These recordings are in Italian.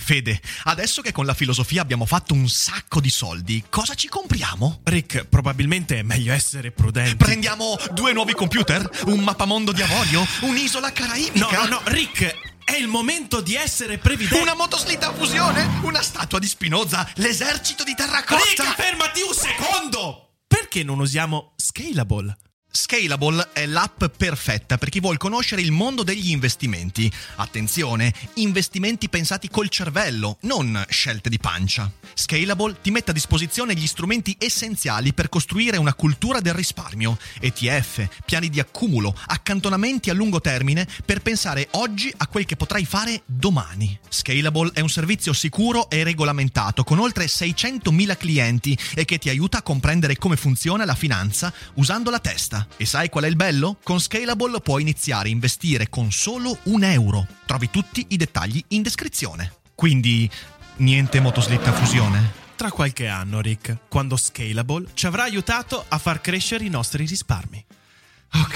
Fede, adesso che con la filosofia abbiamo fatto un sacco di soldi, cosa ci compriamo? Rick, probabilmente è meglio essere prudenti. Prendiamo 2 nuovi computer? Un mappamondo di avorio? Un'isola caraibica? No, Rick, è il momento di essere previdenti. Una motoslitta a fusione? Una statua di Spinoza? L'esercito di terracotta? Rick, fermati un secondo! Perché non usiamo Scalable? Scalable è l'app perfetta per chi vuol conoscere il mondo degli investimenti. Attenzione, investimenti pensati col cervello, non scelte di pancia. Scalable ti mette a disposizione gli strumenti essenziali per costruire una cultura del risparmio, ETF, piani di accumulo, accantonamenti a lungo termine per pensare oggi a quel che potrai fare domani. Scalable è un servizio sicuro e regolamentato con oltre 600.000 clienti e che ti aiuta a comprendere come funziona la finanza usando la testa. E sai qual è il bello? Con Scalable puoi iniziare a investire con solo €1. Trovi tutti i dettagli in descrizione. Quindi, niente motoslitta a fusione? Tra qualche anno, Rick, quando Scalable ci avrà aiutato a far crescere i nostri risparmi. Ok.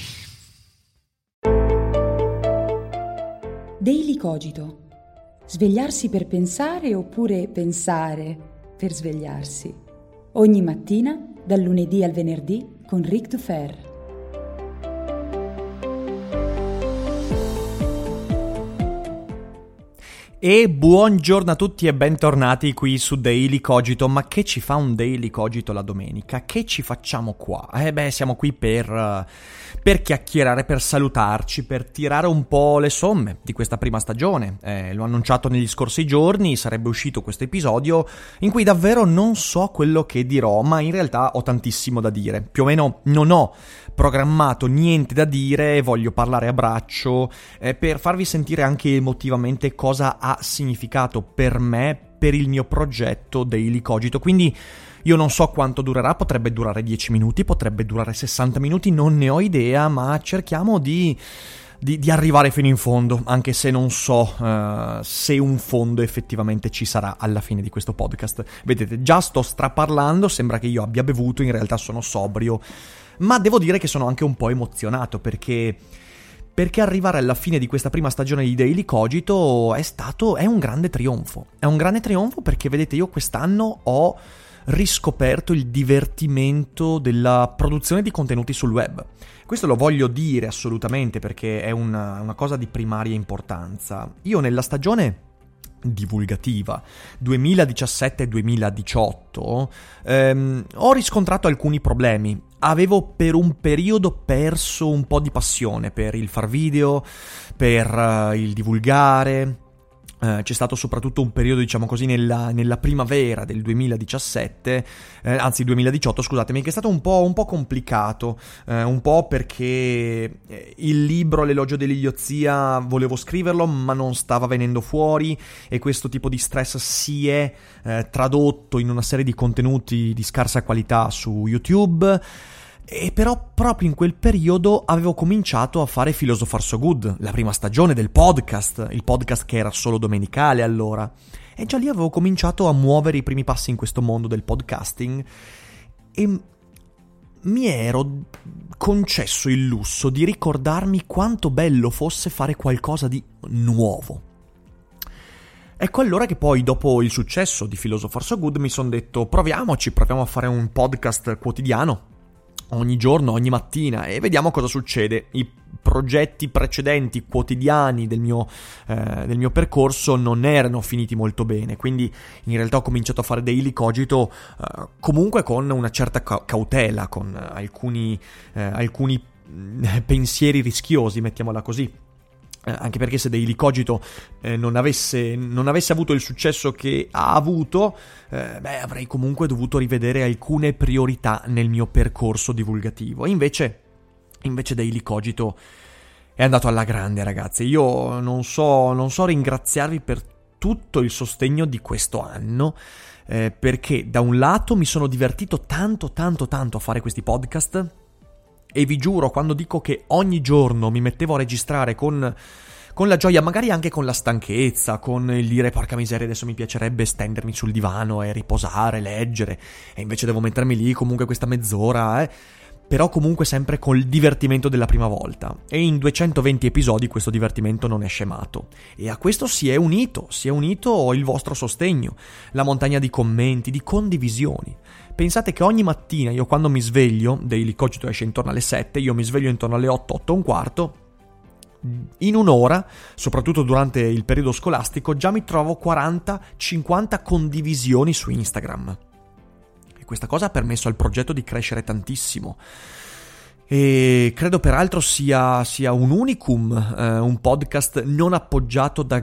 Daily Cogito. Svegliarsi per pensare oppure pensare per svegliarsi. Ogni mattina, dal lunedì al venerdì, con Rick Dufer. E buongiorno a tutti e bentornati qui su Daily Cogito. Ma che ci fa un Daily Cogito la domenica? Che ci facciamo qua? Siamo qui per chiacchierare, per salutarci, per tirare un po' le somme di questa prima stagione. L'ho annunciato negli scorsi giorni, sarebbe uscito questo episodio in cui davvero non so quello che dirò, ma in realtà ho tantissimo da dire. Più o meno non ho programmato niente da dire, voglio parlare a braccio per farvi sentire anche emotivamente cosa ha significato per me, per il mio progetto Daily Cogito. Quindi io non so quanto durerà, potrebbe durare 10 minuti, potrebbe durare 60 minuti, non ne ho idea, ma cerchiamo di arrivare fino in fondo, anche se non so se un fondo effettivamente ci sarà alla fine di questo podcast. Vedete, già sto straparlando, sembra che io abbia bevuto, in realtà sono sobrio, ma devo dire che sono anche un po' emozionato perché arrivare alla fine di questa prima stagione di Daily Cogito è un grande trionfo. È un grande trionfo perché, vedete, io quest'anno ho riscoperto il divertimento della produzione di contenuti sul web. Questo lo voglio dire assolutamente perché è una cosa di primaria importanza. Io nella stagione divulgativa 2017-2018 ho riscontrato alcuni problemi. Avevo per un periodo perso un po' di passione per il far video, per il divulgare. C'è stato soprattutto un periodo, diciamo così, nella primavera del 2018, scusatemi, che è stato un po' complicato, un po' perché il libro L'elogio dell'idiozia volevo scriverlo, ma non stava venendo fuori, e questo tipo di stress si è tradotto in una serie di contenuti di scarsa qualità su YouTube. E però proprio in quel periodo avevo cominciato a fare Philosopher So Good, la prima stagione del podcast, il podcast che era solo domenicale allora. E già lì avevo cominciato a muovere i primi passi in questo mondo del podcasting e mi ero concesso il lusso di ricordarmi quanto bello fosse fare qualcosa di nuovo. Ecco allora che poi, dopo il successo di Philosopher So Good, mi sono detto proviamo a fare un podcast quotidiano ogni giorno, ogni mattina, e vediamo cosa succede. I progetti precedenti quotidiani del mio percorso non erano finiti molto bene, quindi in realtà ho cominciato a fare Daily Cogito comunque con una certa cautela, con alcuni pensieri rischiosi, mettiamola così. Anche perché se Daily Cogito non avesse avuto il successo che ha avuto, avrei comunque dovuto rivedere alcune priorità nel mio percorso divulgativo. E invece Daily Cogito è andato alla grande, ragazzi. Io non so ringraziarvi per tutto il sostegno di questo anno, perché da un lato mi sono divertito tanto a fare questi podcast. E vi giuro, quando dico che ogni giorno mi mettevo a registrare con la gioia, magari anche con la stanchezza, con il dire porca miseria, adesso mi piacerebbe stendermi sul divano e riposare, leggere, e invece devo mettermi lì comunque questa mezz'ora, però comunque sempre col divertimento della prima volta. E in 220 episodi questo divertimento non è scemato. E a questo si è unito il vostro sostegno, la montagna di commenti, di condivisioni. Pensate che ogni mattina io quando mi sveglio, Daily Cogito esce intorno alle 7, io mi sveglio intorno alle 8, 8 e un quarto, in un'ora, soprattutto durante il periodo scolastico, già mi trovo 40-50 condivisioni su Instagram. E questa cosa ha permesso al progetto di crescere tantissimo. E credo peraltro sia un unicum, un podcast non appoggiato da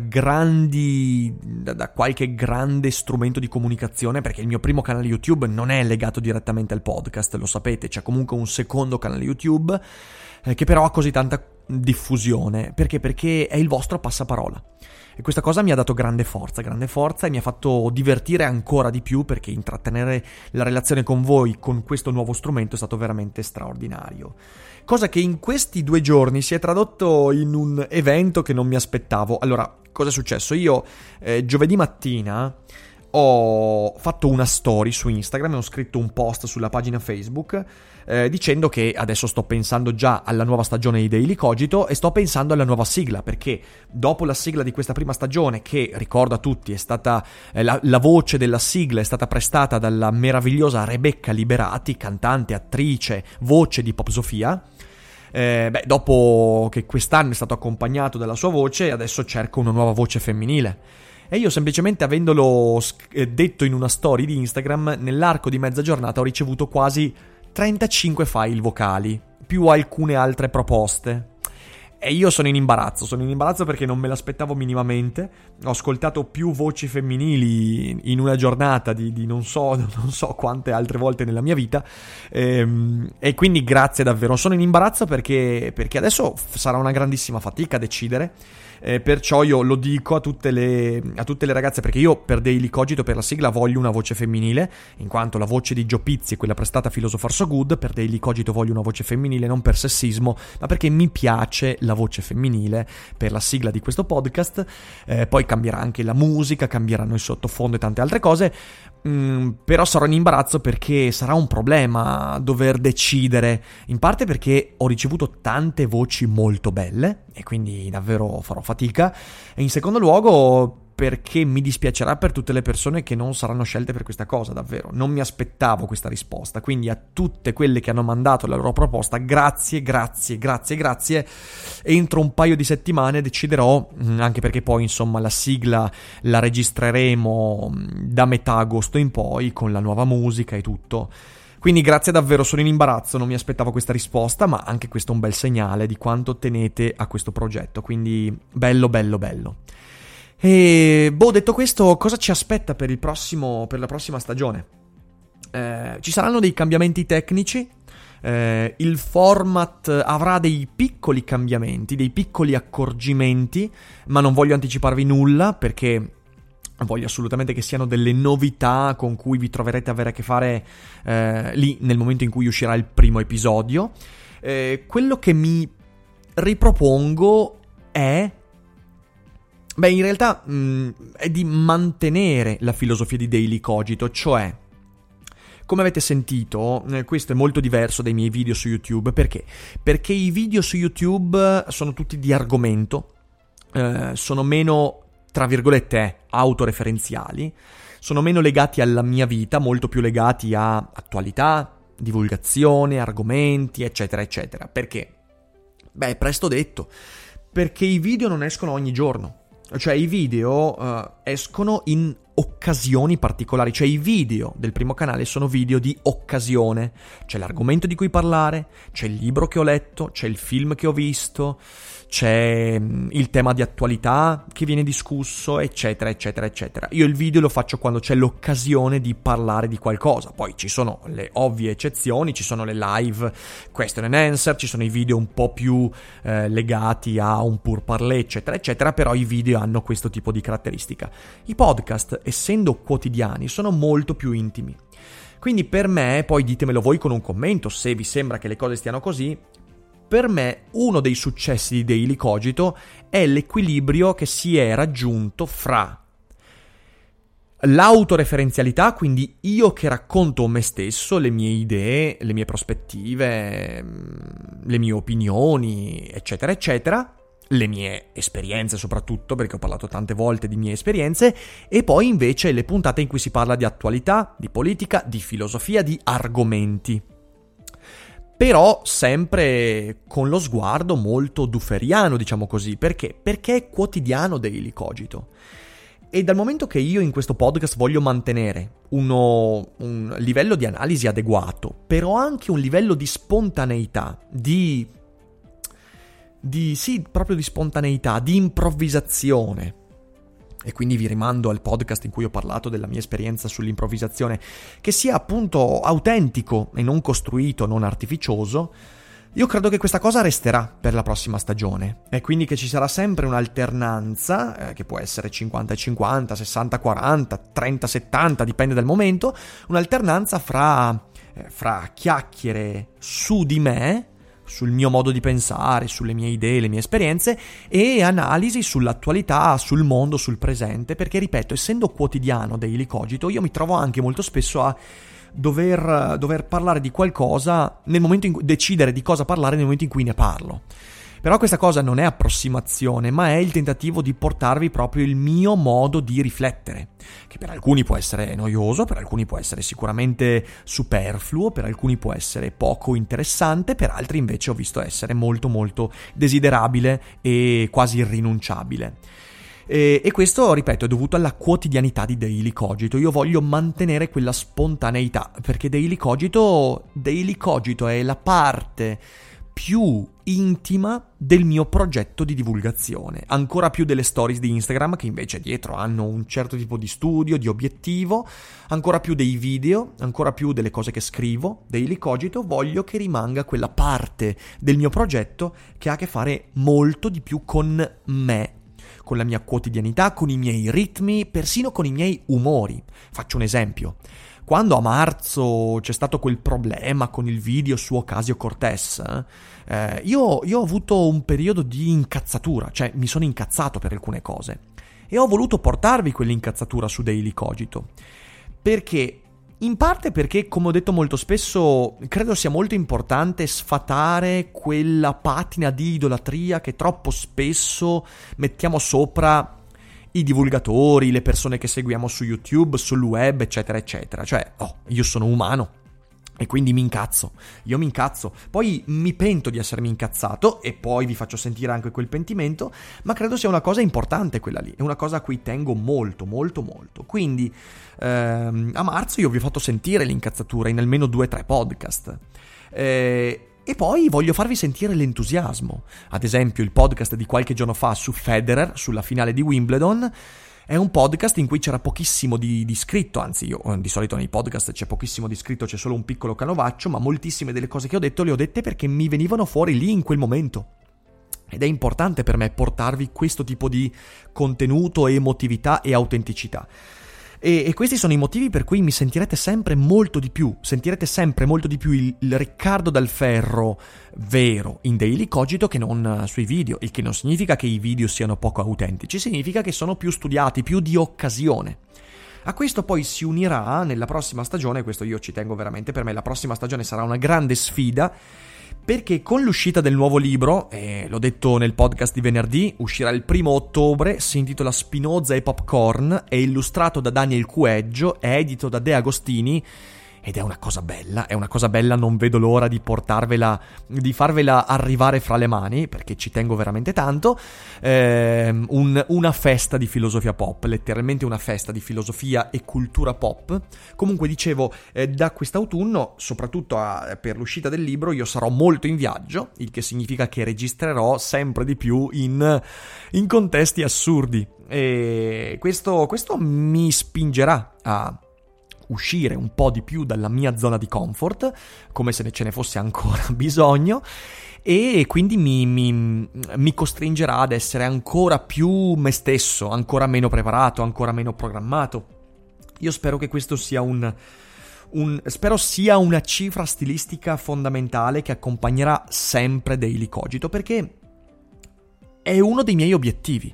qualche grande strumento di comunicazione, perché il mio primo canale YouTube non è legato direttamente al podcast, lo sapete, c'è comunque un secondo canale YouTube che però ha così tanta diffusione. Perché è il vostro passaparola. E questa cosa mi ha dato grande forza e mi ha fatto divertire ancora di più, perché intrattenere la relazione con voi con questo nuovo strumento è stato veramente straordinario. Cosa che in questi 2 giorni si è tradotto in un evento che non mi aspettavo. Allora, cosa è successo? Io giovedì mattina ho fatto una story su Instagram e ho scritto un post sulla pagina Facebook dicendo che adesso sto pensando già alla nuova stagione di Daily Cogito e sto pensando alla nuova sigla, perché dopo la sigla di questa prima stagione, che ricordo a tutti è stata la voce della sigla è stata prestata dalla meravigliosa Rebecca Liberati, cantante, attrice, voce di Pop Sofia. Dopo che quest'anno è stato accompagnato dalla sua voce, adesso cerco una nuova voce femminile. E io semplicemente, avendolo detto in una story di Instagram, nell'arco di mezza giornata ho ricevuto quasi 35 file vocali, più alcune altre proposte. E io sono in imbarazzo perché non me l'aspettavo minimamente. Ho ascoltato più voci femminili in una giornata di non so quante altre volte nella mia vita, e quindi grazie davvero. Sono in imbarazzo perché adesso sarà una grandissima fatica a decidere. Perciò io lo dico a tutte le ragazze, perché io per Daily Cogito, per la sigla, voglio una voce femminile, in quanto la voce di Gio Pizzi è quella prestata a Philosopher So Good. Per Daily Cogito voglio una voce femminile, non per sessismo, ma perché mi piace la voce femminile per la sigla di questo podcast. Poi cambierà anche la musica, cambieranno il sottofondo e tante altre cose. Però sarò in imbarazzo perché sarà un problema dover decidere, in parte perché ho ricevuto tante voci molto belle e quindi davvero farò fatica, e in secondo luogo perché mi dispiacerà per tutte le persone che non saranno scelte per questa cosa. Davvero non mi aspettavo questa risposta, quindi a tutte quelle che hanno mandato la loro proposta, grazie. Entro un paio di settimane deciderò, anche perché poi insomma la sigla la registreremo da metà agosto in poi, con la nuova musica e tutto. Quindi grazie davvero, sono in imbarazzo, non mi aspettavo questa risposta, ma anche questo è un bel segnale di quanto tenete a questo progetto, quindi bello. E detto questo, cosa ci aspetta per la prossima stagione? Ci saranno dei cambiamenti tecnici, il format avrà dei piccoli cambiamenti, dei piccoli accorgimenti, ma non voglio anticiparvi nulla perché voglio assolutamente che siano delle novità con cui vi troverete a avere a che fare lì nel momento in cui uscirà il primo episodio. Quello che mi ripropongo è in realtà è di mantenere la filosofia di Daily Cogito, cioè, come avete sentito, questo è molto diverso dai miei video su YouTube. Perché? Perché i video su YouTube sono tutti di argomento, sono meno, tra virgolette, autoreferenziali, sono meno legati alla mia vita, molto più legati a attualità, divulgazione, argomenti, eccetera, eccetera. Perché? Presto detto, perché i video non escono ogni giorno. Cioè i video escono in occasioni particolari, cioè i video del primo canale sono video di occasione, c'è l'argomento di cui parlare, c'è il libro che ho letto, c'è il film che ho visto, c'è il tema di attualità che viene discusso, eccetera, eccetera, eccetera. Io il video lo faccio quando c'è l'occasione di parlare di qualcosa. Poi ci sono le ovvie eccezioni, ci sono le live question and answer, ci sono i video un po' più legati a un pur parler, eccetera, eccetera, però i video hanno questo tipo di caratteristica. I podcast, essendo quotidiani, sono molto più intimi. Quindi per me, poi ditemelo voi con un commento se vi sembra che le cose stiano così, per me uno dei successi di Daily Cogito è l'equilibrio che si è raggiunto fra L'autoreferenzialità, quindi io che racconto me stesso, le mie idee, le mie prospettive, le mie opinioni, eccetera, eccetera, le mie esperienze soprattutto, perché ho parlato tante volte di mie esperienze, e poi invece le puntate in cui si parla di attualità, di politica, di filosofia, di argomenti. Però sempre con lo sguardo molto dufferiano, diciamo così. Perché? Perché è quotidiano Daily Cogito. E dal momento che io in questo podcast voglio mantenere un livello di analisi adeguato, però anche un livello di spontaneità, proprio di spontaneità, di improvvisazione. E quindi vi rimando al podcast in cui ho parlato della mia esperienza sull'improvvisazione, che sia appunto autentico e non costruito, non artificioso. Io credo che questa cosa resterà per la prossima stagione, e quindi che ci sarà sempre un'alternanza, che può essere 50-50, 60-40, 30-70, dipende dal momento, un'alternanza fra chiacchiere su di me, sul mio modo di pensare, sulle mie idee, le mie esperienze, e analisi sull'attualità, sul mondo, sul presente, perché ripeto, essendo quotidiano Daily Cogito, io mi trovo anche molto spesso a dover parlare di qualcosa nel momento in cui decidere di cosa parlare nel momento in cui ne parlo. Però questa cosa non è approssimazione, ma è il tentativo di portarvi proprio il mio modo di riflettere, che per alcuni può essere noioso, per alcuni può essere sicuramente superfluo, per alcuni può essere poco interessante, per altri invece ho visto essere molto molto desiderabile e quasi irrinunciabile. E questo, ripeto, è dovuto alla quotidianità di Daily Cogito. Io voglio mantenere quella spontaneità, perché Daily Cogito è la parte più intima del mio progetto di divulgazione, ancora più delle stories di Instagram, che invece dietro hanno un certo tipo di studio, di obiettivo, ancora più dei video, ancora più delle cose che scrivo. Daily Cogito voglio che rimanga quella parte del mio progetto che ha a che fare molto di più con me, con la mia quotidianità, con i miei ritmi, persino con i miei umori. Faccio un esempio. Quando a marzo c'è stato quel problema con il video su Ocasio-Cortez, io ho avuto un periodo di incazzatura, cioè mi sono incazzato per alcune cose, e ho voluto portarvi quell'incazzatura su Daily Cogito, perché in parte perché, come ho detto molto spesso, credo sia molto importante sfatare quella patina di idolatria che troppo spesso mettiamo sopra i divulgatori, le persone che seguiamo su YouTube, sul web, eccetera, eccetera. Cioè, io sono umano e quindi io mi incazzo. Poi mi pento di essermi incazzato e poi vi faccio sentire anche quel pentimento, ma credo sia una cosa importante quella lì, è una cosa a cui tengo molto, molto, molto. Quindi a marzo io vi ho fatto sentire l'incazzatura in almeno 2-3 podcast. E poi voglio farvi sentire l'entusiasmo. Ad esempio il podcast di qualche giorno fa su Federer, sulla finale di Wimbledon, è un podcast in cui c'era pochissimo di scritto, anzi io di solito nei podcast c'è pochissimo di scritto, c'è solo un piccolo canovaccio, ma moltissime delle cose che ho detto le ho dette perché mi venivano fuori lì in quel momento. Ed è importante per me portarvi questo tipo di contenuto, emotività e autenticità. E questi sono i motivi per cui mi sentirete sempre molto di più il Riccardo Dal Ferro vero in Daily Cogito che non sui video, il che non significa che i video siano poco autentici, significa che sono più studiati, più di occasione. A questo poi si unirà nella prossima stagione, questo io ci tengo veramente, per me la prossima stagione sarà una grande sfida, perché con l'uscita del nuovo libro, l'ho detto nel podcast di venerdì, uscirà il 1 ottobre, si intitola Spinoza e Popcorn, è illustrato da Daniel Cueggio, è edito da De Agostini, ed è una cosa bella, non vedo l'ora di portarvela, di farvela arrivare fra le mani, perché ci tengo veramente tanto. Una festa di filosofia pop, letteralmente una festa di filosofia e cultura pop. Comunque dicevo, da quest'autunno, soprattutto per l'uscita del libro, io sarò molto in viaggio, il che significa che registrerò sempre di più in contesti assurdi, e questo mi spingerà a uscire un po' di più dalla mia zona di comfort, come se ce ne fosse ancora bisogno, e quindi mi costringerà ad essere ancora più me stesso, ancora meno preparato, ancora meno programmato. Io spero che questo sia spero sia una cifra stilistica fondamentale che accompagnerà sempre Daily Cogito, perché è uno dei miei obiettivi.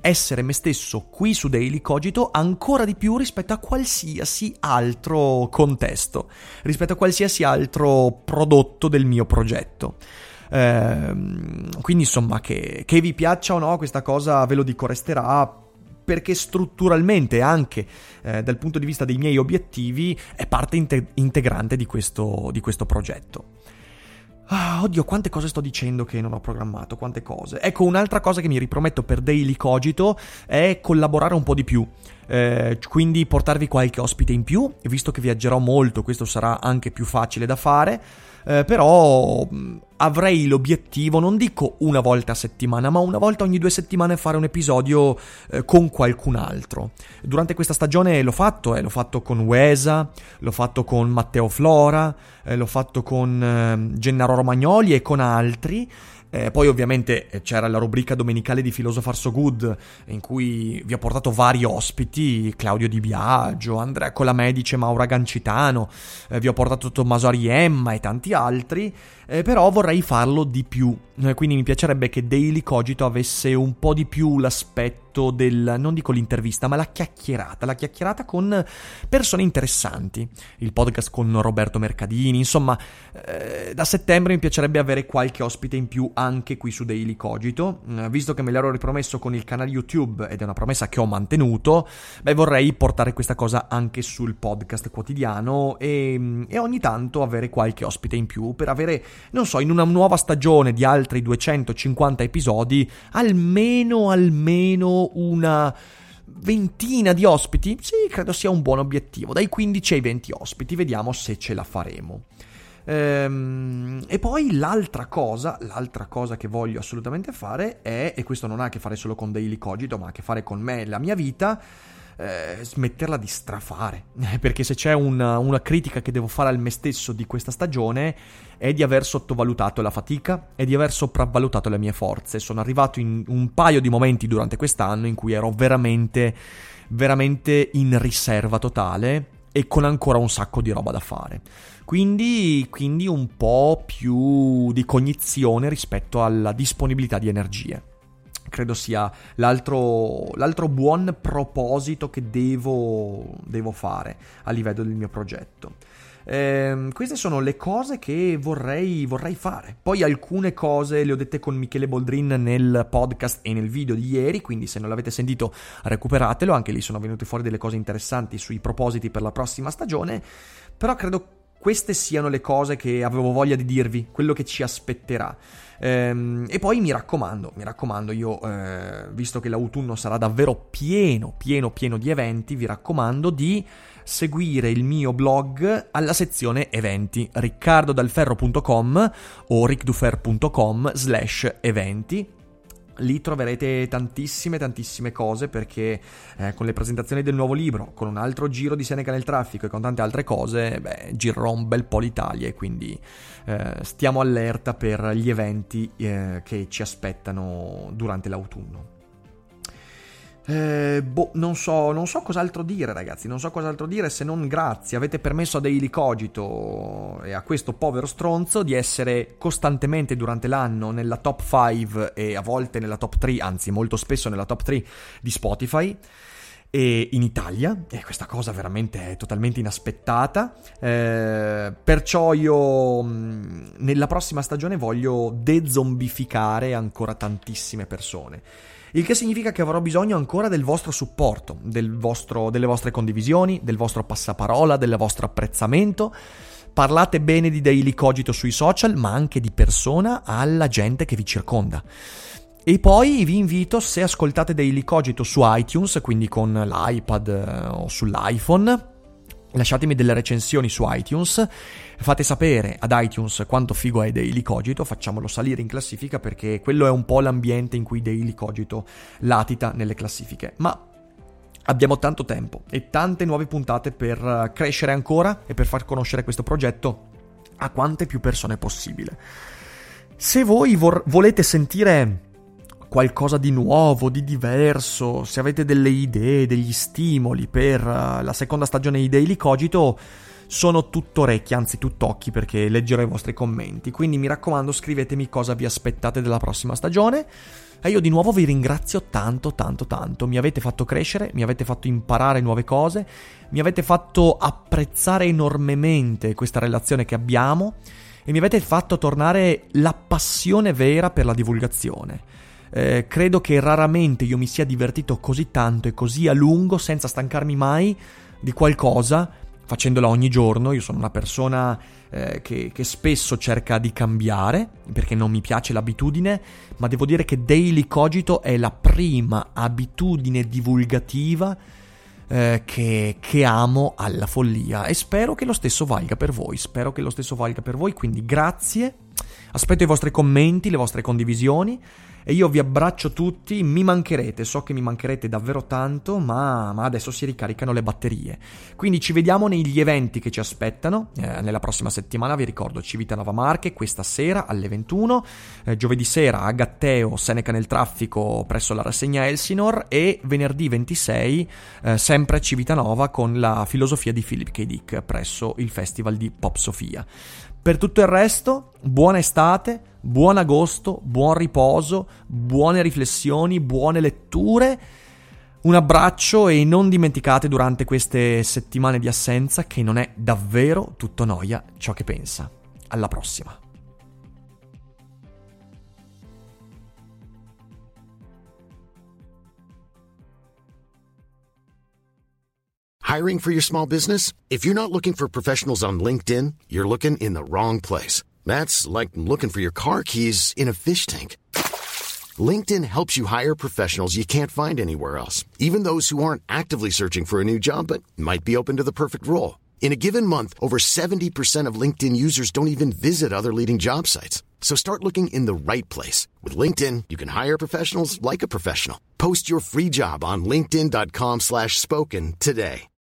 essere me stesso qui su Daily Cogito ancora di più rispetto a qualsiasi altro contesto, rispetto a qualsiasi altro prodotto del mio progetto. Quindi insomma, che vi piaccia o no questa cosa, ve lo dico, resterà, perché strutturalmente anche dal punto di vista dei miei obiettivi è parte integrante di questo progetto. Oddio, quante cose sto dicendo che non ho programmato, quante cose. Ecco, un'altra cosa che mi riprometto per Daily Cogito è collaborare un po' di più, quindi portarvi qualche ospite in più. Visto che viaggerò molto, questo sarà anche più facile da fare, però avrei l'obiettivo, non dico una volta a settimana, ma una volta ogni 2 settimane fare un episodio con qualcun altro. Durante questa stagione l'ho fatto con Wesa, l'ho fatto con Matteo Flora, l'ho fatto con Gennaro Romagnoli e con altri. Poi ovviamente c'era la rubrica domenicale di Philosopher So Good, in cui vi ho portato vari ospiti: Claudio Di Biagio, Andrea Colamedice, Maura Gancitano, vi ho portato Tommaso Ariemma e tanti altri, però vorrei farlo di più, quindi mi piacerebbe che Daily Cogito avesse un po' di più l'aspetto del, non dico l'intervista, ma la chiacchierata con persone interessanti, il podcast con Roberto Mercadini, insomma, da settembre mi piacerebbe avere qualche ospite in più anche qui su Daily Cogito, visto che me l'ero ripromesso con il canale YouTube ed è una promessa che ho mantenuto, vorrei portare questa cosa anche sul podcast quotidiano e ogni tanto avere qualche ospite in più per avere, non so, in una nuova stagione di altri 250 episodi, almeno una ventina di ospiti. Sì, credo sia un buon obiettivo, dai 15 ai 20 ospiti, vediamo se ce la faremo. E poi l'altra cosa che voglio assolutamente fare è, e questo non ha a che fare solo con Daily Cogito, ma ha a che fare con me e la mia vita, smetterla di strafare, perché se c'è una critica che devo fare al me stesso di questa stagione è di aver sottovalutato la fatica e di aver sopravvalutato le mie forze. Sono arrivato in un paio di momenti durante quest'anno in cui ero veramente in riserva totale e con ancora un sacco di roba da fare. Quindi un po' più di cognizione rispetto alla disponibilità di energie. Credo sia l'altro buon proposito che devo fare a livello del mio progetto. Queste sono le cose che vorrei fare. Poi alcune cose le ho dette con Michele Boldrin nel podcast e nel video di ieri, quindi se non l'avete sentito recuperatelo, anche lì sono venute fuori delle cose interessanti sui propositi per la prossima stagione, però credo queste siano le cose che avevo voglia di dirvi, quello che ci aspetterà. E poi mi raccomando, io visto che l'autunno sarà davvero pieno di eventi, vi raccomando di seguire il mio blog alla sezione eventi, riccardodalferro.com o rickdufer.com/eventi. Lì troverete tantissime cose, perché con le presentazioni del nuovo libro, con un altro giro di Seneca nel traffico e con tante altre cose, girerò un bel po' l'Italia, e quindi stiamo allerta per gli eventi che ci aspettano durante l'autunno. Non so cos'altro dire, ragazzi, se non grazie. Avete permesso a Daily Cogito e a questo povero stronzo di essere costantemente durante l'anno nella top 5 e a volte nella top 3, anzi molto spesso nella top 3 di Spotify e in Italia, e questa cosa veramente è totalmente inaspettata. Perciò io nella prossima stagione voglio dezombificare ancora tantissime persone, il che significa che avrò bisogno ancora del vostro supporto, delle vostre condivisioni, del vostro passaparola, del vostro apprezzamento. Parlate bene di Daily Cogito sui social, ma anche di persona alla gente che vi circonda. E poi vi invito, se ascoltate Daily Cogito su iTunes, quindi con l'iPad o sull'iPhone, lasciatemi delle recensioni su iTunes, fate sapere ad iTunes quanto figo è Daily Cogito, facciamolo salire in classifica, perché quello è un po' l'ambiente in cui Daily Cogito latita nelle classifiche. Ma abbiamo tanto tempo e tante nuove puntate per crescere ancora e per far conoscere questo progetto a quante più persone possibile. Se voi volete sentire qualcosa di nuovo, di diverso, se avete delle idee, degli stimoli per la seconda stagione di Daily Cogito, sono tutto orecchi, anzi tutto occhi, perché leggerò i vostri commenti. Quindi mi raccomando, scrivetemi cosa vi aspettate della prossima stagione. E io di nuovo vi ringrazio tanto, mi avete fatto crescere, mi avete fatto imparare nuove cose, mi avete fatto apprezzare enormemente questa relazione che abbiamo e mi avete fatto tornare la passione vera per la divulgazione. Credo che raramente io mi sia divertito così tanto e così a lungo senza stancarmi mai di qualcosa, facendola ogni giorno. Io sono una persona che spesso cerca di cambiare perché non mi piace l'abitudine, ma devo dire che Daily Cogito è la prima abitudine divulgativa che amo alla follia e spero che lo stesso valga per voi, quindi grazie, aspetto i vostri commenti, le vostre condivisioni e io vi abbraccio tutti, mi mancherete, so che mi mancherete davvero tanto, ma adesso si ricaricano le batterie. Quindi ci vediamo negli eventi che ci aspettano, nella prossima settimana vi ricordo Civitanova Marche, questa sera alle 21, giovedì sera a Gatteo, Seneca nel traffico presso la rassegna Elsinore e venerdì 26 sempre a Civitanova con la filosofia di Philip K. Dick presso il Festival di Pop Sofia. Per tutto il resto, buona estate, buon agosto, buon riposo, buone riflessioni, buone letture, un abbraccio e non dimenticate durante queste settimane di assenza che non è davvero tutto noia ciò che pensa. Alla prossima. Hiring for your small business? If you're not looking for professionals on LinkedIn, you're looking in the wrong place. That's like looking for your car keys in a fish tank. LinkedIn helps you hire professionals you can't find anywhere else, even those who aren't actively searching for a new job but might be open to the perfect role. In a given month, over 70% of LinkedIn users don't even visit other leading job sites. So start looking in the right place. With LinkedIn, you can hire professionals like a professional. Post your free job on linkedin.com/spoken today.